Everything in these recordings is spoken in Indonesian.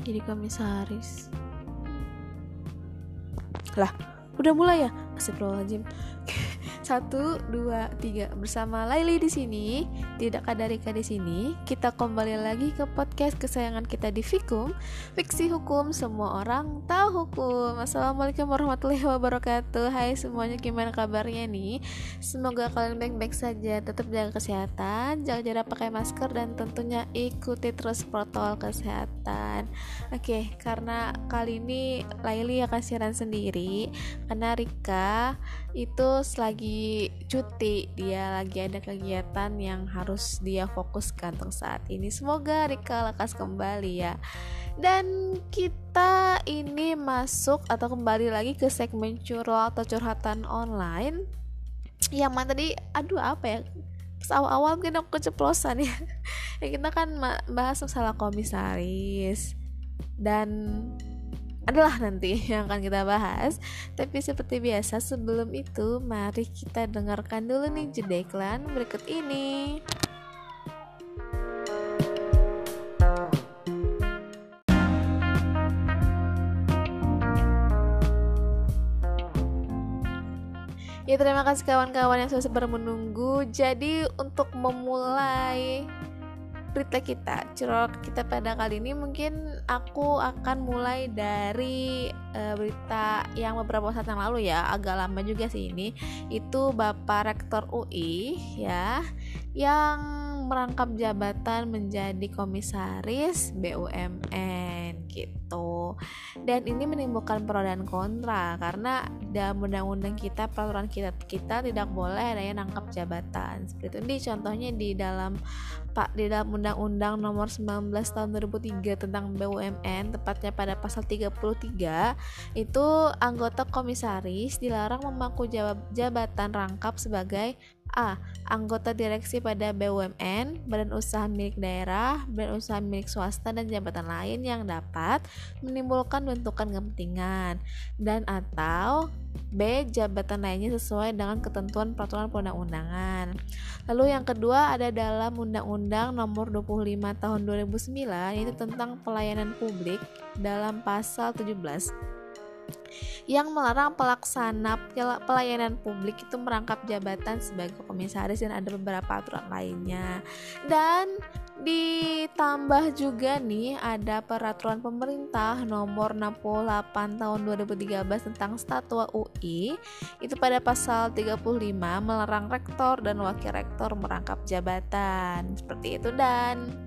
jadi komisaris. Lah, udah mulai ya? Astagfirullahaladzim. 1, 2, 3 bersama Laili di sini, tidak Kadarika di sini. Kita kembali lagi ke podcast kesayangan kita di Fikum, Fiksi Hukum, semua orang tahu hukum. Assalamualaikum warahmatullahi wabarakatuh. Hai semuanya, gimana kabarnya nih? Semoga kalian baik-baik saja. Tetap jaga kesehatan, jaga jarak, pakai masker, dan tentunya ikuti terus protokol kesehatan. Oke, karena kali ini Laili akan siaran sendiri karena Rika itu lagi cuti, dia lagi ada kegiatan yang harus dia fokuskan untuk saat ini. Semoga Rika lekas kembali ya. Dan kita ini masuk atau kembali lagi ke segmen curhat atau curhatan online. Yang mana tadi, pas awal-awal mungkin aku keceplosan ya. Kita kan bahas masalah komisaris dan adalah nanti yang akan kita bahas. Tapi seperti biasa sebelum itu, mari kita dengarkan dulu nih jeda iklan berikut ini. Ya, terima kasih kawan-kawan yang sudah sabar menunggu. Jadi untuk memulai berita kita, curhat kita pada kali ini, mungkin aku akan mulai dari berita yang beberapa saat yang lalu ya, agak lama juga sih ini. Itu Bapak Rektor UI ya, yang merangkap jabatan menjadi komisaris BUMN gitu. Dan ini menimbulkan pro dan kontra karena dalam undang-undang kita, peraturan kita tidak boleh ada yang nangkap jabatan. Seperti itu. Ini contohnya di dalam Undang-Undang Nomor 19 Tahun 2003 tentang BUMN, tepatnya pada pasal 33, itu anggota komisaris dilarang memangku jabatan rangkap sebagai A. Anggota direksi pada BUMN, badan usaha milik daerah, badan usaha milik swasta, dan jabatan lain yang dapat menimbulkan bentukan kepentingan, dan atau B. Jabatan lainnya sesuai dengan ketentuan peraturan perundang-undangan. Lalu yang kedua ada dalam Undang-Undang Nomor 25 Tahun 2009, yaitu tentang pelayanan publik, dalam pasal 17 yang melarang pelaksana pelayanan publik itu merangkap jabatan sebagai komisaris, dan ada beberapa aturan lainnya. Dan ditambah juga nih ada peraturan pemerintah nomor 68 tahun 2013 tentang Statwa UI, itu pada pasal 35 melarang rektor dan wakil rektor merangkap jabatan seperti itu. Dan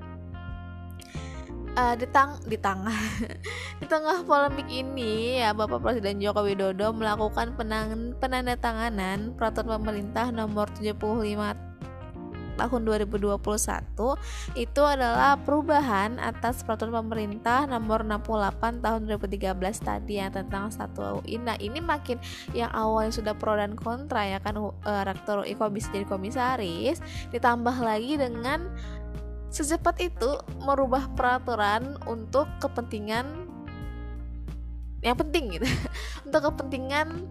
di tengah polemik ini ya, Bapak Presiden Joko Widodo melakukan penandatanganan peraturan pemerintah nomor 75 tahun 2021. Itu adalah perubahan atas peraturan pemerintah nomor 68 tahun 2013 tadi yang tentang Statwa UI. Nah, ini makin yang awalnya sudah pro dan kontra ya kan, rektor UI kok bisa jadi komisaris, ditambah lagi dengan secepat itu merubah peraturan untuk kepentingan yang penting gitu. untuk kepentingan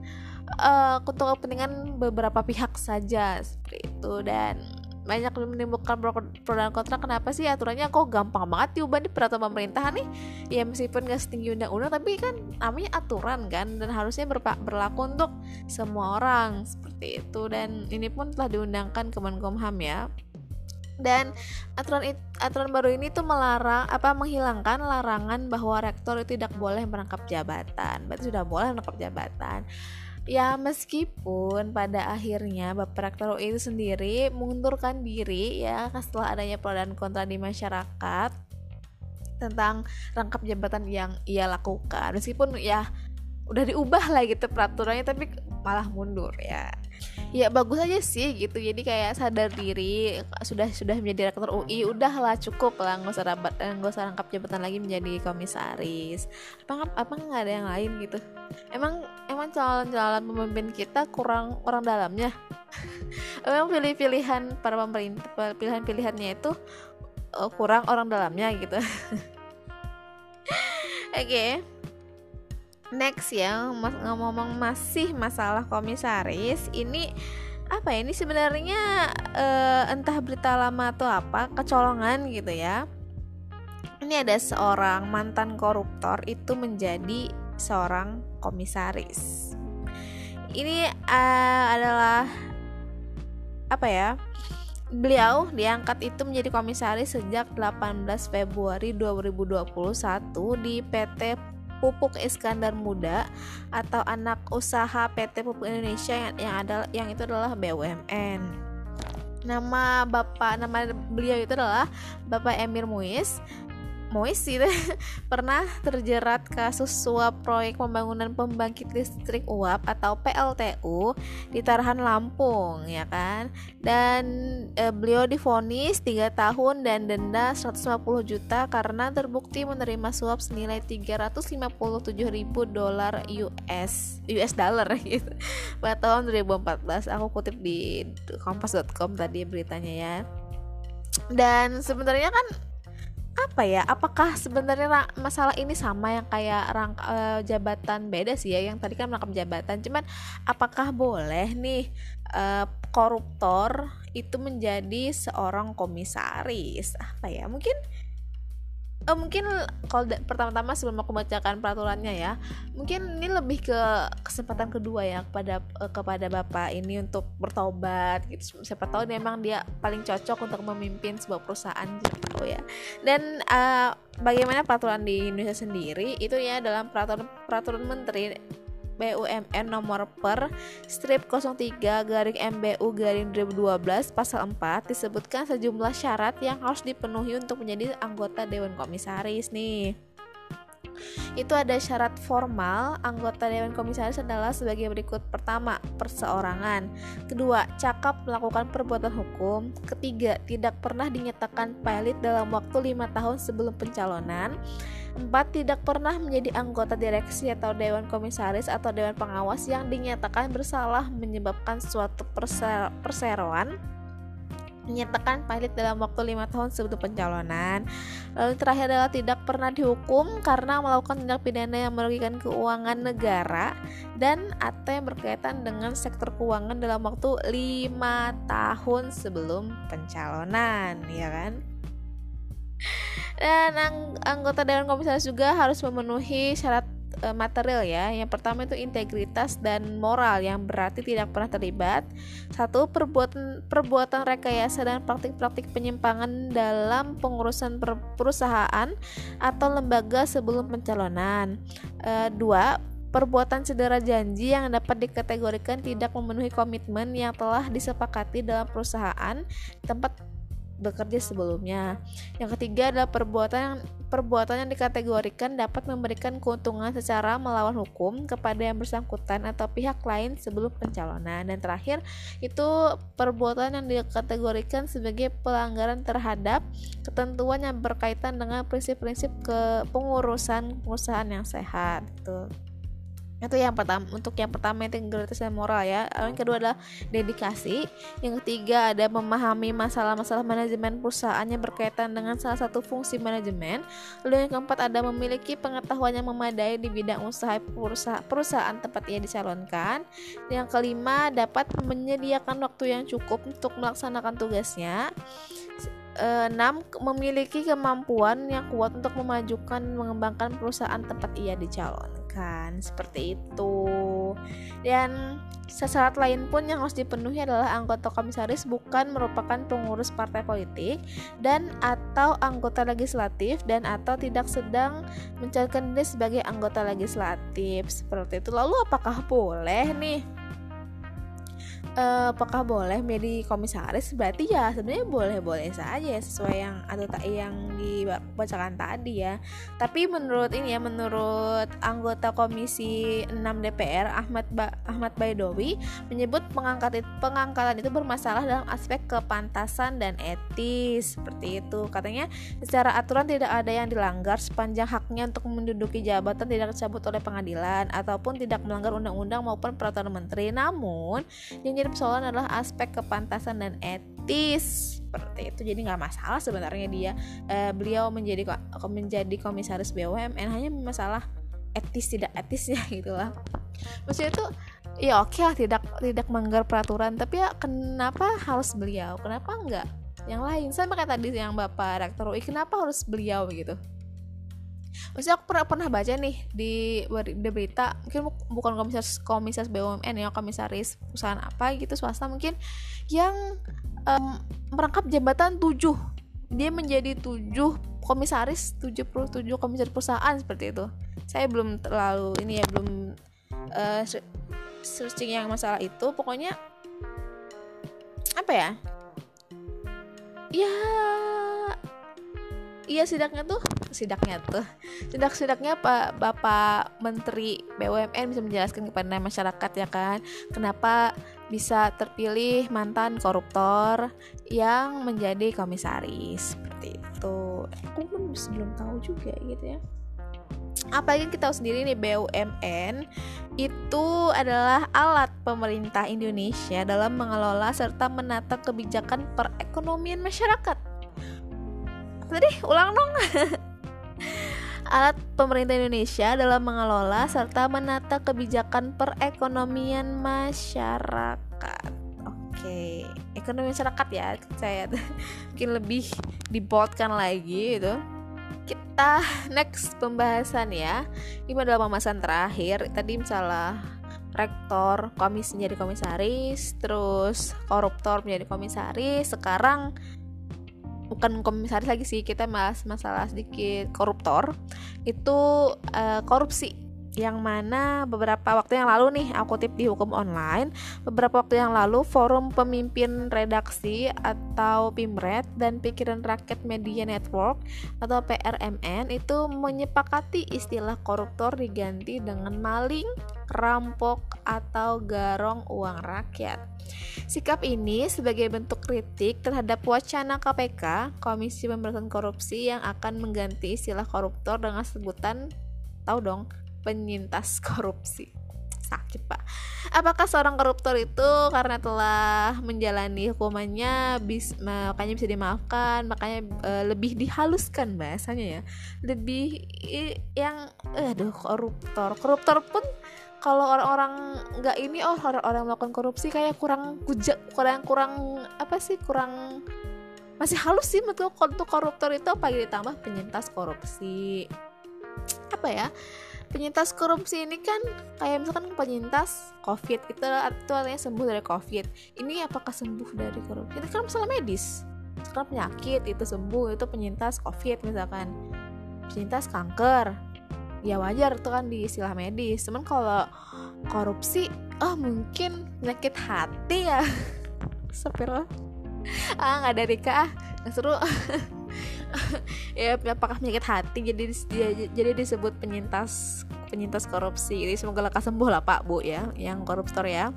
beberapa pihak saja seperti itu. Dan banyak menimbulkan pro dan kontra. Kenapa sih aturannya kok gampang banget diubah di peraturan pemerintah nih? Ya meskipun gak setinggi undang-undang, tapi kan namanya aturan kan, dan harusnya berlaku untuk semua orang seperti itu. Dan ini pun telah diundangkan Kemenkumham ya. Dan aturan baru ini tuh menghilangkan larangan bahwa rektor itu tidak boleh merangkap jabatan. Berarti sudah boleh merangkap jabatan. Ya meskipun pada akhirnya Bapak Rektor UI itu sendiri mengundurkan diri ya setelah adanya pro dan kontra di masyarakat tentang rangkap jabatan yang ia lakukan. Meskipun ya udah diubah lah gitu peraturannya, tapi malah mundur ya. Ya bagus aja sih gitu. Jadi kayak sadar diri, sudah menjadi rektor UI, udahlah cukup lah, nggak usah rangkap jabatan lagi menjadi komisaris. Apa nggak ada yang lain gitu? Emang calon pemimpin kita kurang orang dalamnya? Emang pilihan para pemerintah, pilihannya itu kurang orang dalamnya gitu? Oke. Next ya, ngomong masih masalah komisaris. Ini ini sebenarnya entah berita lama atau apa, kecolongan gitu ya. ini ada seorang mantan koruptor itu menjadi seorang komisaris. Ini adalah apa ya? Beliau diangkat itu menjadi komisaris sejak 18 Februari 2021 di PT Pupuk Iskandar Muda atau anak usaha PT Pupuk Indonesia yang itu adalah BUMN. Nama beliau itu adalah Bapak Emir Muiz itu pernah terjerat kasus suap proyek pembangunan pembangkit listrik uap atau PLTU di Tarahan Lampung, ya kan. Dan beliau divonis 3 tahun dan denda 150 juta karena terbukti menerima suap senilai 357.000 dolar US dollar gitu pada tahun 2014. Aku kutip di kompas.com tadi beritanya ya. Dan sebenarnya kan apakah sebenarnya masalah ini sama yang kayak jabatan? Beda sih ya, yang tadi kan merangkap jabatan, cuman apakah boleh nih koruptor itu menjadi seorang komisaris? Mungkin kalau pertama-tama sebelum aku bacakan peraturannya ya, mungkin ini lebih ke kesempatan kedua ya kepada bapak ini untuk bertobat gitu. Siapa tahu memang dia paling cocok untuk memimpin sebuah perusahaan, siapa tahu ya. Dan bagaimana peraturan di Indonesia sendiri itu ya, dalam peraturan menteri BUMN nomor per strip 03/MBU/2012 pasal 4 disebutkan sejumlah syarat yang harus dipenuhi untuk menjadi anggota Dewan Komisaris nih. Itu ada syarat formal. Anggota Dewan Komisaris adalah sebagai berikut. Pertama, perseorangan. Kedua, cakap melakukan perbuatan hukum. Ketiga, tidak pernah dinyatakan valid dalam waktu 5 tahun sebelum pencalonan. 4. Tidak pernah menjadi anggota direksi atau Dewan Komisaris atau Dewan Pengawas yang dinyatakan bersalah menyebabkan suatu perseroan, menyatakan valid dalam waktu 5 tahun sebelum pencalonan. Lalu terakhir adalah tidak pernah dihukum karena melakukan tindak pidana yang merugikan keuangan negara dan atau yang berkaitan dengan sektor keuangan dalam waktu 5 tahun sebelum pencalonan, ya kan? Dan anggota Dewan Komisaris juga harus memenuhi syarat material ya. Yang pertama itu integritas dan moral, yang berarti tidak pernah terlibat. 1. Perbuatan rekayasa dan praktik-praktik penyimpangan dalam pengurusan perusahaan atau lembaga sebelum pencalonan. 2. Perbuatan cedera janji yang dapat dikategorikan tidak memenuhi komitmen yang telah disepakati dalam perusahaan tempat bekerja sebelumnya. Yang ketiga adalah perbuatan yang dikategorikan dapat memberikan keuntungan secara melawan hukum kepada yang bersangkutan atau pihak lain sebelum pencalonan. Dan terakhir itu perbuatan yang dikategorikan sebagai pelanggaran terhadap ketentuan yang berkaitan dengan prinsip-prinsip kepengurusan perusahaan yang sehat gitu. Itu yang pertama. Untuk yang pertama itu integritas dan moral ya. Yang kedua adalah dedikasi. Yang ketiga ada memahami masalah-masalah manajemen perusahaan yang berkaitan dengan salah satu fungsi manajemen. Lalu yang keempat ada memiliki pengetahuan yang memadai di bidang usaha perusahaan tempat ia dicalonkan. Yang kelima dapat menyediakan waktu yang cukup untuk melaksanakan tugasnya. 6. Memiliki kemampuan yang kuat untuk mengembangkan perusahaan tempat ia dicalonkan. Seperti itu. Dan syarat lain pun yang harus dipenuhi adalah anggota komisaris bukan merupakan pengurus partai politik dan atau anggota legislatif dan atau tidak sedang mencalonkan diri sebagai anggota legislatif. Seperti itu. Lalu apakah boleh nih? Apakah boleh menjadi komisaris? Berarti ya sebenarnya boleh-boleh saja sesuai yang dibacakan tadi ya. Tapi menurut anggota Komisi 6 DPR Ahmad Baidowi menyebut pengangkatan itu bermasalah dalam aspek kepantasan dan etis. Seperti itu. Katanya secara aturan tidak ada yang dilanggar sepanjang haknya untuk menduduki jabatan tidak dicabut oleh pengadilan ataupun tidak melanggar undang-undang maupun peraturan menteri. Namun yang jadi persoalan adalah aspek kepantasan dan etis. Seperti itu. Jadi nggak masalah sebenarnya beliau menjadi komisaris BUMN, hanya masalah etis tidak etisnya gitulah. Maksudnya itu ya oke lah tidak melanggar peraturan, tapi ya kenapa harus beliau? Kenapa enggak yang lain. Sama kayak tadi yang Bapak Rektor UI, kenapa harus beliau gitu? Maksudnya aku pernah baca nih di berita, mungkin bukan komisaris BUMN ya, komisaris perusahaan apa gitu swasta mungkin, yang merangkap jabatan 7, dia menjadi 7 komisaris perusahaan seperti itu. Saya belum terlalu ini ya, belum searching yang masalah itu. Pokoknya apa ya, sidaknya Pak Bapak Menteri BUMN bisa menjelaskan kepada masyarakat ya kan, kenapa bisa terpilih mantan koruptor yang menjadi komisaris seperti itu. Aku pun belum tahu juga gitu ya. Apalagi kita tahu sendiri nih, BUMN itu adalah alat pemerintah Indonesia dalam mengelola serta menata kebijakan perekonomian masyarakat. Tadi ulang dong. Alat pemerintah Indonesia dalam mengelola serta menata kebijakan perekonomian masyarakat. Oke, ekonomi masyarakat ya, saya mungkin lebih diboldkan lagi gitu. Kita next pembahasan ya. Ini adalah pembahasan terakhir. Tadi misalnya rektor menjadi komisaris, terus koruptor menjadi komisaris. Sekarang bukan komisaris lagi sih, kita bahas masalah sedikit koruptor. Itu korupsi, yang mana beberapa waktu yang lalu nih aku kutip di Hukum Online, beberapa waktu yang lalu Forum Pemimpin Redaksi atau PIMRED dan Pikiran Rakyat Media Network atau PRMN itu menyepakati istilah koruptor diganti dengan maling, rampok, atau garong uang rakyat. Sikap ini sebagai bentuk kritik terhadap wacana KPK, Komisi Pemberantasan Korupsi, yang akan mengganti istilah koruptor dengan sebutan, tahu dong, penyintas korupsi. Sakit pak. Apakah seorang koruptor itu karena telah menjalani hukumannya makanya bisa dimaafkan, makanya lebih dihaluskan bahasanya ya, lebih yang koruptor pun kalau orang-orang nggak ini, orang melakukan korupsi kayak kurang masih halus sih menurut untuk koruptor itu, apalagi ditambah penyintas korupsi. Apa ya, penyintas korupsi ini kan kayak misalkan penyintas COVID itu artinya sembuh dari COVID. Ini apakah sembuh dari korupsi? Itu kan masalah medis, sekarang penyakit itu sembuh, itu penyintas COVID. Misalkan penyintas kanker, ya wajar itu kan di istilah medis. Cuman kalau korupsi, mungkin penyakit hati ya. Sepiro nggak ada Rika, nggak seru. Ya apakah penyakit hati jadi disebut penyintas korupsi. Jadi semoga lekas sembuh lah Pak Bu ya, yang koruptor ya.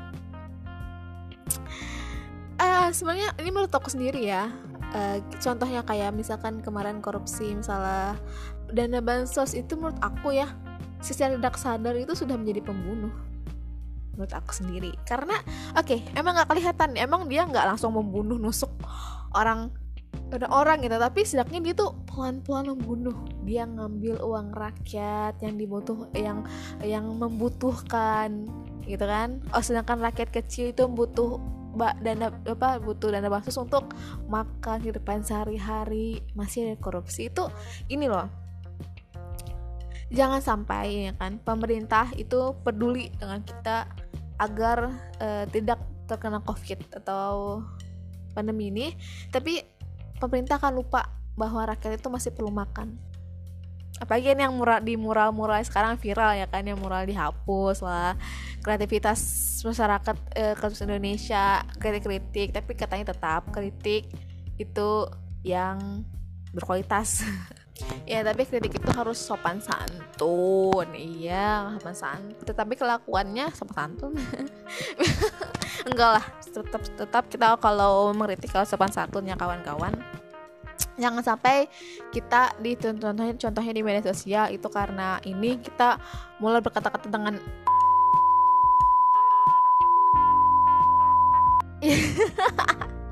Sebenarnya ini menurut aku sendiri ya, contohnya kayak misalkan kemarin korupsi misalnya dana bansos, itu menurut aku ya secara tidak sadar itu sudah menjadi pembunuh menurut aku sendiri. Karena emang nggak kelihatan, emang dia nggak langsung membunuh, nusuk orang gitu, tapi setidaknya dia tuh pelan-pelan membunuh. Dia ngambil uang rakyat yang membutuhkan gitu kan. Sedangkan rakyat kecil itu butuh dana bansos untuk makan kehidupan sehari-hari, masih ada korupsi. Itu ini loh, jangan sampai ya kan pemerintah itu peduli dengan kita agar tidak terkena COVID atau pandemi ini, tapi pemerintah akan lupa bahwa rakyat itu masih perlu makan. Apalagi yang mural sekarang viral ya kan, yang mural dihapus lah, kreativitas masyarakat kasus Indonesia, kritik, tapi katanya tetap kritik itu yang berkualitas. Ya tapi kritik itu harus sopan santun. Iya, sopan santun, tetapi kelakuannya sopan santun. Enggak lah, tetap kita kalau mengkritik kalau sopan santun ya kawan-kawan. Jangan sampai kita contohnya di media sosial itu, karena ini kita mulai berkata-kata dengan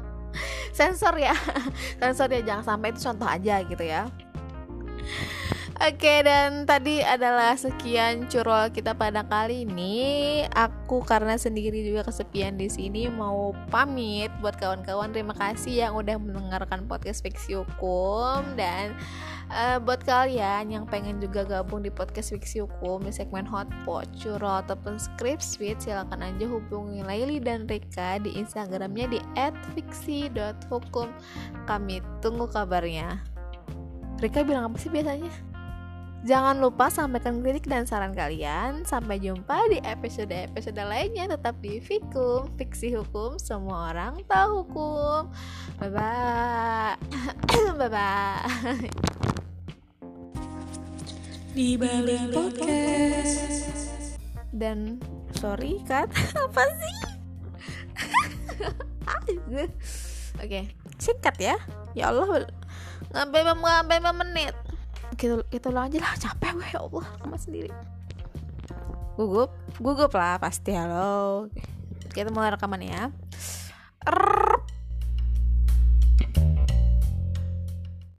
sensor ya, jangan sampai, itu contoh aja gitu ya. Oke, dan tadi adalah sekian curol kita pada kali ini. Aku karena sendiri juga kesepian di sini mau pamit buat kawan-kawan. Terima kasih yang udah mendengarkan podcast Fiksi Hukum, dan buat kalian yang pengen juga gabung di podcast Fiksi Hukum di segmen Hotpot, Curol ataupun Script Suite, silakan aja hubungi Laili dan Rika di Instagramnya di @fiksi.hukum. Kami tunggu kabarnya. Rika bilang apa sih biasanya? Jangan lupa sampaikan kritik dan saran kalian. Sampai jumpa di episode-episode lainnya. Tetap di Fikum, Fiksi Hukum, semua orang tahu hukum. Bye-bye. Bye-bye. Di balik podcast. Dan sorry Kat. Apa sih? Oke, sikat ya. Ya Allah, sampai 5 menit. Kita ulang aja lah, capek gue, ya Allah, sama sendiri. Gugup lah pasti. Halo, kita mulai rekaman ya.